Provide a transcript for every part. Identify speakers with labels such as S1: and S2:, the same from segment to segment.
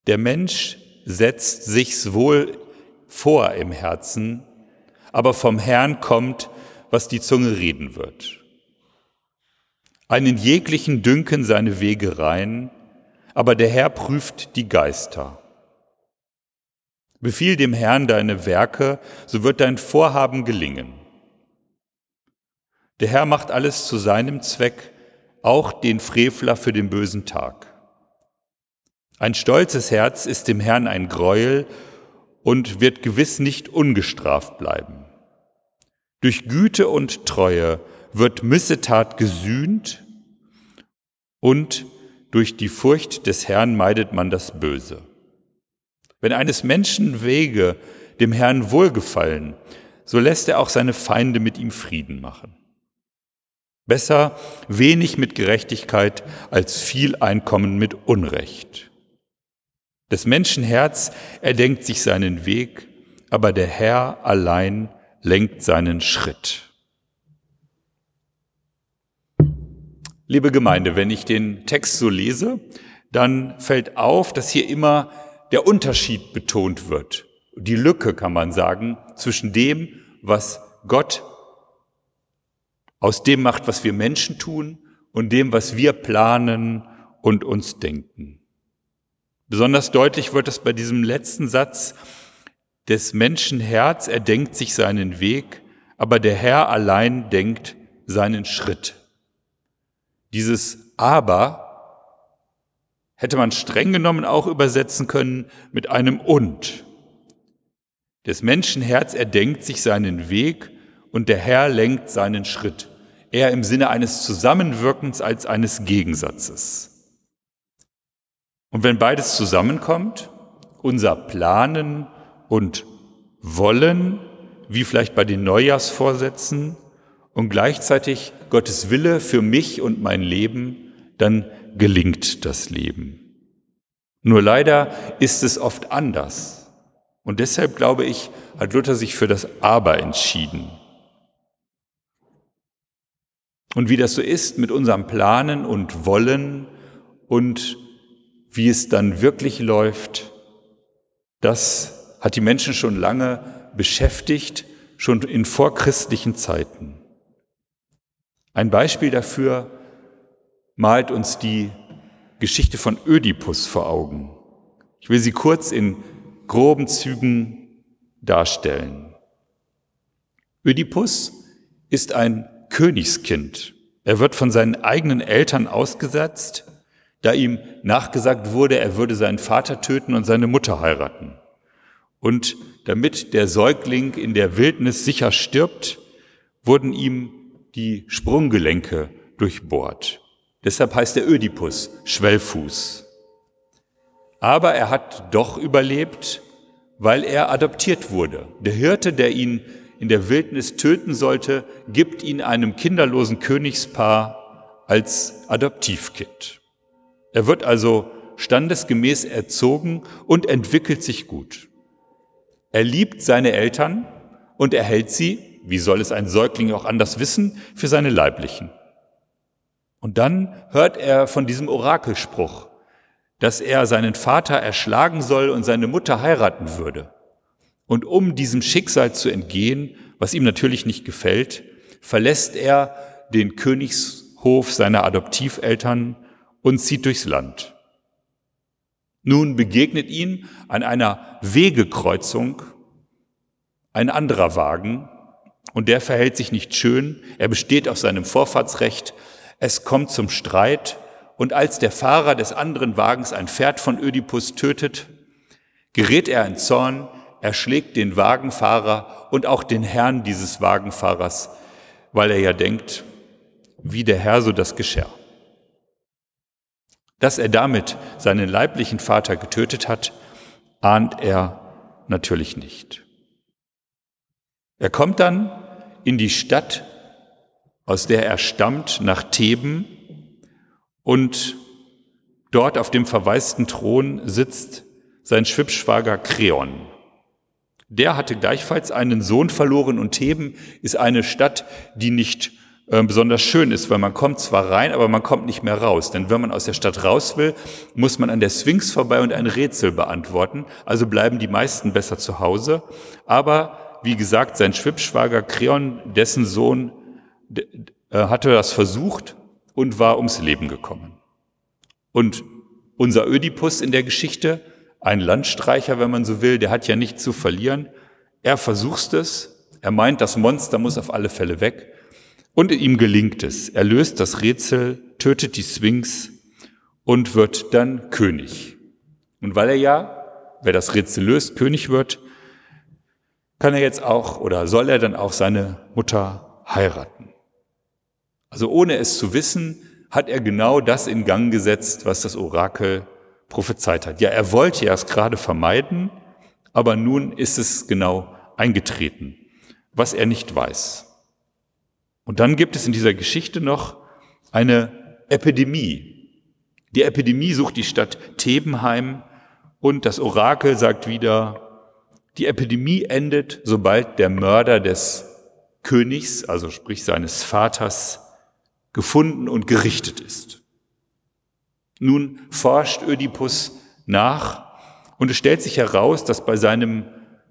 S1: Der Mensch setzt sich's wohl vor im Herzen, aber vom Herrn kommt, was die Zunge reden wird. Einen jeglichen dünken seine Wege rein, aber der Herr prüft die Geister. Befiehl dem Herrn deine Werke, so wird dein Vorhaben gelingen. Der Herr macht alles zu seinem Zweck, auch den Frevler für den bösen Tag. Ein stolzes Herz ist dem Herrn ein Greuel und wird gewiss nicht ungestraft bleiben. Durch Güte und Treue wird Missetat gesühnt und durch die Furcht des Herrn meidet man das Böse. Wenn eines Menschen Wege dem Herrn wohlgefallen, so lässt er auch seine Feinde mit ihm Frieden machen. Besser wenig mit Gerechtigkeit als viel Einkommen mit Unrecht. Des Menschen Herz erdenkt sich seinen Weg, aber der Herr allein lenkt seinen Schritt. Liebe Gemeinde, wenn ich den Text so lese, dann fällt auf, dass hier immer der Unterschied betont wird. Die Lücke, kann man sagen, zwischen dem, was Gott aus dem macht, was wir Menschen tun, und dem, was wir planen und uns denken. Besonders deutlich wird es bei diesem letzten Satz: Des Menschen Herz erdenkt sich seinen Weg, aber der Herr allein denkt seinen Schritt. Dieses Aber hätte man streng genommen auch übersetzen können mit einem Und. Des Menschen Herz erdenkt sich seinen Weg und der Herr lenkt seinen Schritt. Eher im Sinne eines Zusammenwirkens als eines Gegensatzes. Und wenn beides zusammenkommt, unser Planen und Wollen, wie vielleicht bei den Neujahrsvorsätzen, und gleichzeitig Gottes Wille für mich und mein Leben, dann gelingt das Leben. Nur leider ist es oft anders. Und deshalb, glaube ich, hat Luther sich für das Aber entschieden. Und wie das so ist mit unserem Planen und Wollen und wie es dann wirklich läuft, das hat die Menschen schon lange beschäftigt, schon in vorchristlichen Zeiten. Ein Beispiel dafür malt uns die Geschichte von Ödipus vor Augen. Ich will sie kurz in groben Zügen darstellen. Ödipus ist ein Königskind. Er wird von seinen eigenen Eltern ausgesetzt, da ihm nachgesagt wurde, er würde seinen Vater töten und seine Mutter heiraten. Und damit der Säugling in der Wildnis sicher stirbt, wurden ihm die Sprunggelenke durchbohrt. Deshalb heißt er Ödipus, Schwellfuß. Aber er hat doch überlebt, weil er adoptiert wurde. Der Hirte, der ihn in der Wildnis töten sollte, gibt ihn einem kinderlosen Königspaar als Adoptivkind. Er wird also standesgemäß erzogen und entwickelt sich gut. Er liebt seine Eltern und er hält sie, wie soll es ein Säugling auch anders wissen, für seine Leiblichen. Und dann hört er von diesem Orakelspruch, dass er seinen Vater erschlagen soll und seine Mutter heiraten würde. Und um diesem Schicksal zu entgehen, was ihm natürlich nicht gefällt, verlässt er den Königshof seiner Adoptiveltern und zieht durchs Land. Nun begegnet ihm an einer Wegekreuzung ein anderer Wagen und der verhält sich nicht schön, er besteht auf seinem Vorfahrtsrecht, es kommt zum Streit und als der Fahrer des anderen Wagens ein Pferd von Ödipus tötet, gerät er in Zorn, er schlägt den Wagenfahrer und auch den Herrn dieses Wagenfahrers, weil er ja denkt, wie der Herr, so das geschah. Dass er damit seinen leiblichen Vater getötet hat, ahnt er natürlich nicht. Er kommt dann in die Stadt, aus der er stammt, nach Theben, und dort auf dem verwaisten Thron sitzt sein Schwibschwager Kreon. Der hatte gleichfalls einen Sohn verloren und Theben ist eine Stadt, die nicht besonders schön ist, weil man kommt zwar rein, aber man kommt nicht mehr raus. Denn wenn man aus der Stadt raus will, muss man an der Sphinx vorbei und ein Rätsel beantworten. Also bleiben die meisten besser zu Hause. Aber wie gesagt, sein Schwibschwager Kreon, dessen Sohn, hatte das versucht und war ums Leben gekommen. Und unser Ödipus in der Geschichte, ein Landstreicher, wenn man so will, der hat ja nichts zu verlieren. Er versucht es, er meint, das Monster muss auf alle Fälle weg. Und ihm gelingt es. Er löst das Rätsel, tötet die Sphinx und wird dann König. Und weil er ja, wer das Rätsel löst, König wird, kann er jetzt auch oder soll er dann auch seine Mutter heiraten. Also ohne es zu wissen, hat er genau das in Gang gesetzt, was das Orakel prophezeit hat. Ja, er wollte ja es gerade vermeiden, aber nun ist es genau eingetreten, was er nicht weiß. Und dann gibt es in dieser Geschichte noch eine Epidemie. Die Epidemie sucht die Stadt Theben heim und das Orakel sagt wieder, die Epidemie endet, sobald der Mörder des Königs, also sprich seines Vaters, gefunden und gerichtet ist. Nun forscht Ödipus nach und es stellt sich heraus, dass bei seiner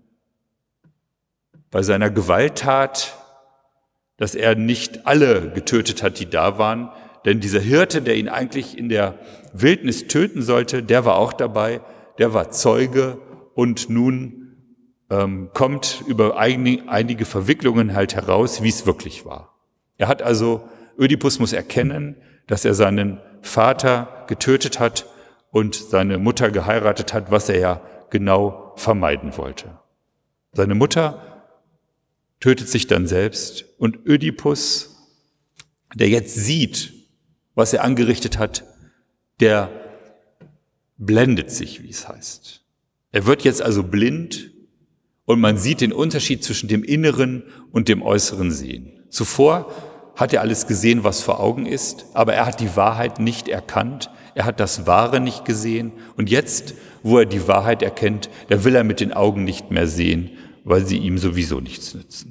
S1: Gewalttat, dass er nicht alle getötet hat, die da waren, denn dieser Hirte, der ihn eigentlich in der Wildnis töten sollte, der war auch dabei, der war Zeuge und nun kommt über einige Verwicklungen halt heraus, wie es wirklich war. Ödipus muss erkennen, dass er seinen Vater getötet hat und seine Mutter geheiratet hat, was er ja genau vermeiden wollte. Seine Mutter tötet sich dann selbst und Ödipus, der jetzt sieht, was er angerichtet hat, der blendet sich, wie es heißt. Er wird jetzt also blind und man sieht den Unterschied zwischen dem Inneren und dem Äußeren sehen. Zuvor hat er alles gesehen, was vor Augen ist, aber er hat die Wahrheit nicht erkannt, er hat das Wahre nicht gesehen und jetzt, wo er die Wahrheit erkennt, da will er mit den Augen nicht mehr sehen, weil sie ihm sowieso nichts nützen.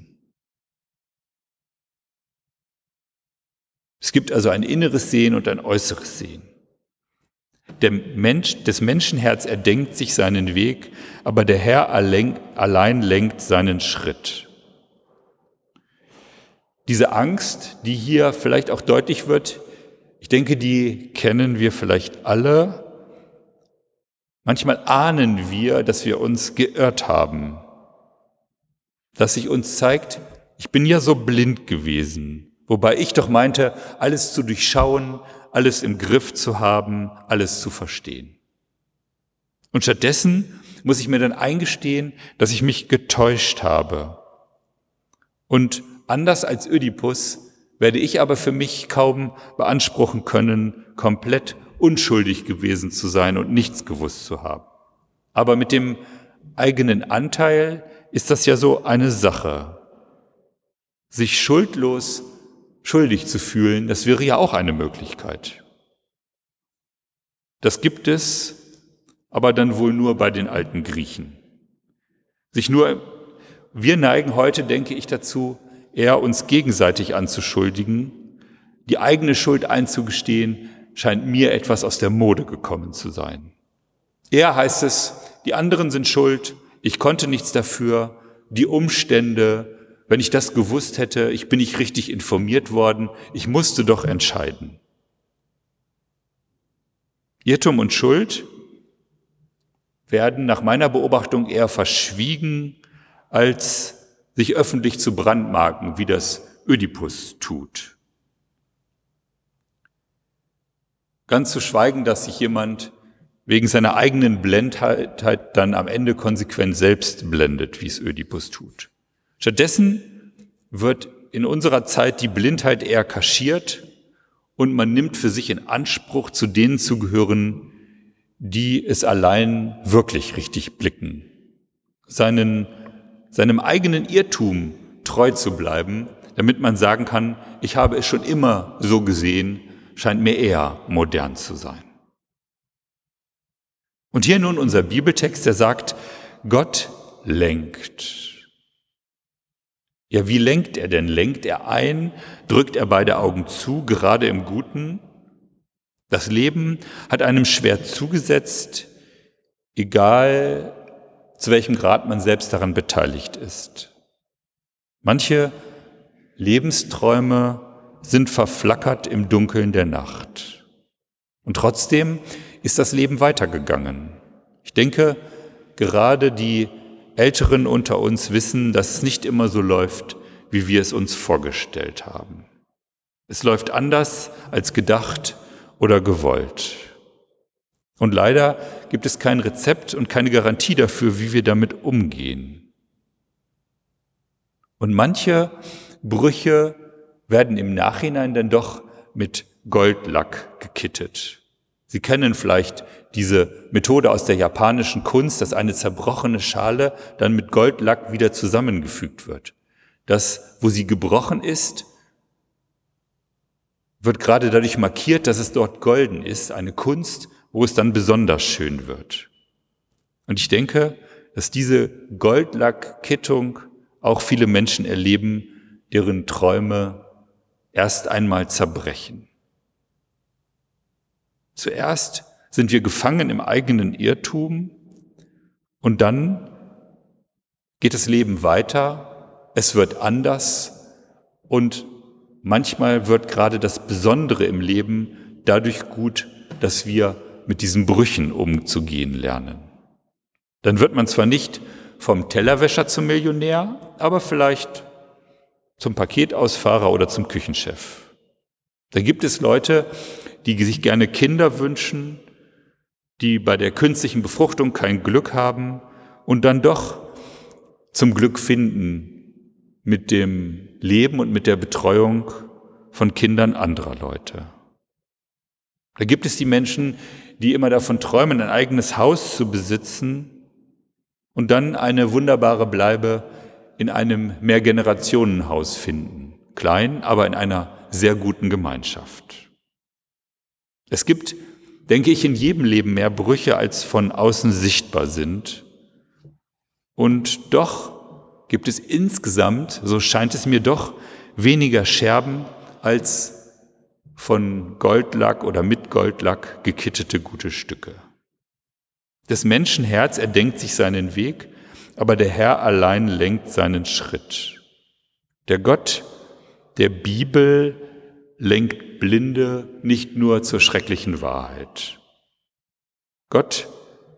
S1: Es gibt also ein inneres Sehen und ein äußeres Sehen. Das Menschenherz erdenkt sich seinen Weg, aber der Herr allein lenkt seinen Schritt. Diese Angst, die hier vielleicht auch deutlich wird, ich denke, die kennen wir vielleicht alle. Manchmal ahnen wir, dass wir uns geirrt haben, dass sich uns zeigt, ich bin ja so blind gewesen, wobei ich doch meinte, alles zu durchschauen, alles im Griff zu haben, alles zu verstehen. Und stattdessen muss ich mir dann eingestehen, dass ich mich getäuscht habe. Und anders als Ödipus werde ich aber für mich kaum beanspruchen können, komplett unschuldig gewesen zu sein und nichts gewusst zu haben. Aber mit dem eigenen Anteil ist das ja so eine Sache. Sich schuldlos schuldig zu fühlen, das wäre ja auch eine Möglichkeit. Das gibt es, aber dann wohl nur bei den alten Griechen. Wir neigen heute, denke ich, dazu, eher uns gegenseitig anzuschuldigen. Die eigene Schuld einzugestehen, scheint mir etwas aus der Mode gekommen zu sein. Eher heißt es, die anderen sind schuld, ich konnte nichts dafür, die Umstände, wenn ich das gewusst hätte, ich bin nicht richtig informiert worden, ich musste doch entscheiden. Irrtum und Schuld werden nach meiner Beobachtung eher verschwiegen, als sich öffentlich zu brandmarken, wie das Ödipus tut. Ganz zu schweigen, dass sich jemand wegen seiner eigenen Blindheit dann am Ende konsequent selbst blendet, wie es Ödipus tut. Stattdessen wird in unserer Zeit die Blindheit eher kaschiert und man nimmt für sich in Anspruch, zu denen zu gehören, die es allein wirklich richtig blicken. Seinem eigenen Irrtum treu zu bleiben, damit man sagen kann, ich habe es schon immer so gesehen, scheint mir eher modern zu sein. Und hier nun unser Bibeltext, der sagt, Gott lenkt. Ja, wie lenkt er denn? Lenkt er ein? Drückt er beide Augen zu, gerade im Guten? Das Leben hat einem schwer zugesetzt, egal zu welchem Grad man selbst daran beteiligt ist. Manche Lebensträume sind verflackert im Dunkeln der Nacht. Und trotzdem ist das Leben weitergegangen. Ich denke, gerade die Älteren unter uns wissen, dass es nicht immer so läuft, wie wir es uns vorgestellt haben. Es läuft anders als gedacht oder gewollt. Und leider gibt es kein Rezept und keine Garantie dafür, wie wir damit umgehen. Und manche Brüche werden im Nachhinein dann doch mit Goldlack gekittet. Sie kennen vielleicht diese Methode aus der japanischen Kunst, dass eine zerbrochene Schale dann mit Goldlack wieder zusammengefügt wird. Das, wo sie gebrochen ist, wird gerade dadurch markiert, dass es dort golden ist, eine Kunst, wo es dann besonders schön wird. Und ich denke, dass diese Goldlackkittung auch viele Menschen erleben, deren Träume erst einmal zerbrechen. Zuerst sind wir gefangen im eigenen Irrtum und dann geht das Leben weiter, es wird anders und manchmal wird gerade das Besondere im Leben dadurch gut, dass wir mit diesen Brüchen umzugehen lernen. Dann wird man zwar nicht vom Tellerwäscher zum Millionär, aber vielleicht zum Paketausfahrer oder zum Küchenchef. Da gibt es Leute, die sich gerne Kinder wünschen, die bei der künstlichen Befruchtung kein Glück haben und dann doch zum Glück finden mit dem Leben und mit der Betreuung von Kindern anderer Leute. Da gibt es die Menschen, die immer davon träumen, ein eigenes Haus zu besitzen und dann eine wunderbare Bleibe in einem Mehrgenerationenhaus finden. Klein, aber in einer sehr guten Gemeinschaft. Es gibt, denke ich, in jedem Leben mehr Brüche, als von außen sichtbar sind. Und doch gibt es insgesamt, so scheint es mir doch, weniger Scherben als von Goldlack oder mit Goldlack gekittete gute Stücke. Das Menschenherz erdenkt sich seinen Weg, aber der Herr allein lenkt seinen Schritt. Der Gott der Bibel lenkt Blinde nicht nur zur schrecklichen Wahrheit. Gott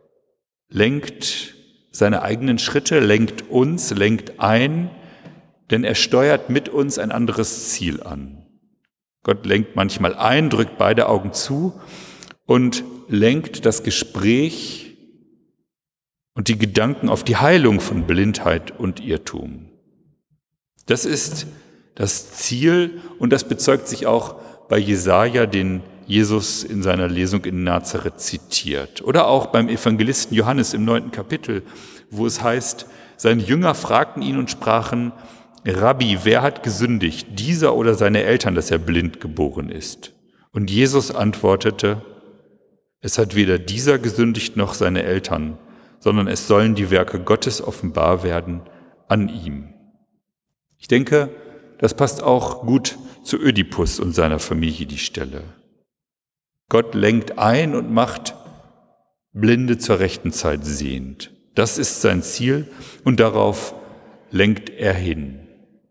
S1: lenkt seine eigenen Schritte, lenkt uns, lenkt ein, denn er steuert mit uns ein anderes Ziel an. Gott lenkt manchmal ein, drückt beide Augen zu und lenkt das Gespräch und die Gedanken auf die Heilung von Blindheit und Irrtum. Das ist das Ziel und das bezeugt sich auch bei Jesaja, den Jesus in seiner Lesung in Nazareth zitiert. Oder auch beim Evangelisten Johannes im 9. Kapitel, wo es heißt, seine Jünger fragten ihn und sprachen, Rabbi, wer hat gesündigt, dieser oder seine Eltern, dass er blind geboren ist? Und Jesus antwortete, es hat weder dieser gesündigt noch seine Eltern, sondern es sollen die Werke Gottes offenbar werden an ihm. Ich denke, das passt auch gut zu Ödipus und seiner Familie, die Stelle. Gott lenkt ein und macht Blinde zur rechten Zeit sehend. Das ist sein Ziel und darauf lenkt er hin.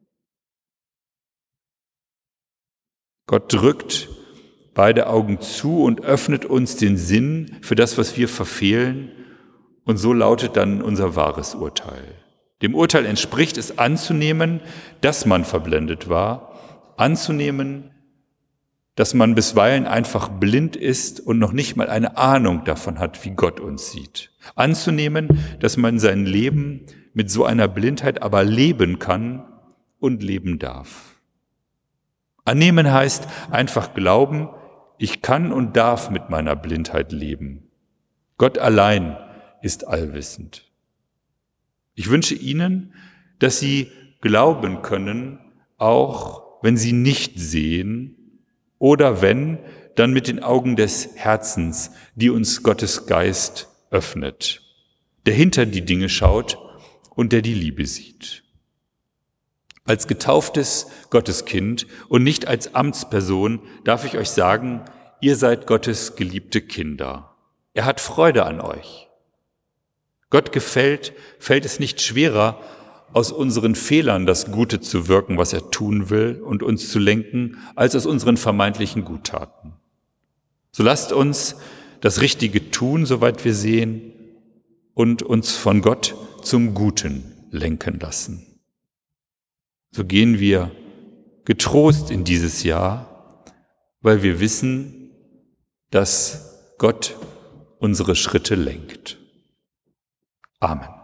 S1: Gott drückt beide Augen zu und öffnet uns den Sinn für das, was wir verfehlen, und so lautet dann unser wahres Urteil. Dem Urteil entspricht es anzunehmen, dass man verblendet war, anzunehmen, dass man bisweilen einfach blind ist und noch nicht mal eine Ahnung davon hat, wie Gott uns sieht. Anzunehmen, dass man sein Leben mit so einer Blindheit aber leben kann und leben darf. Annehmen heißt einfach glauben, ich kann und darf mit meiner Blindheit leben. Gott allein ist allwissend. Ich wünsche Ihnen, dass Sie glauben können, auch wenn Sie nicht sehen oder wenn, dann mit den Augen des Herzens, die uns Gottes Geist öffnet, der hinter die Dinge schaut und der die Liebe sieht. Als getauftes Gotteskind und nicht als Amtsperson darf ich euch sagen, ihr seid Gottes geliebte Kinder. Er hat Freude an euch. Gott fällt es nicht schwerer, aus unseren Fehlern das Gute zu wirken, was er tun will und uns zu lenken, als aus unseren vermeintlichen Guttaten. So lasst uns das Richtige tun, soweit wir sehen, und uns von Gott zum Guten lenken lassen. So gehen wir getrost in dieses Jahr, weil wir wissen, dass Gott unsere Schritte lenkt. Amen.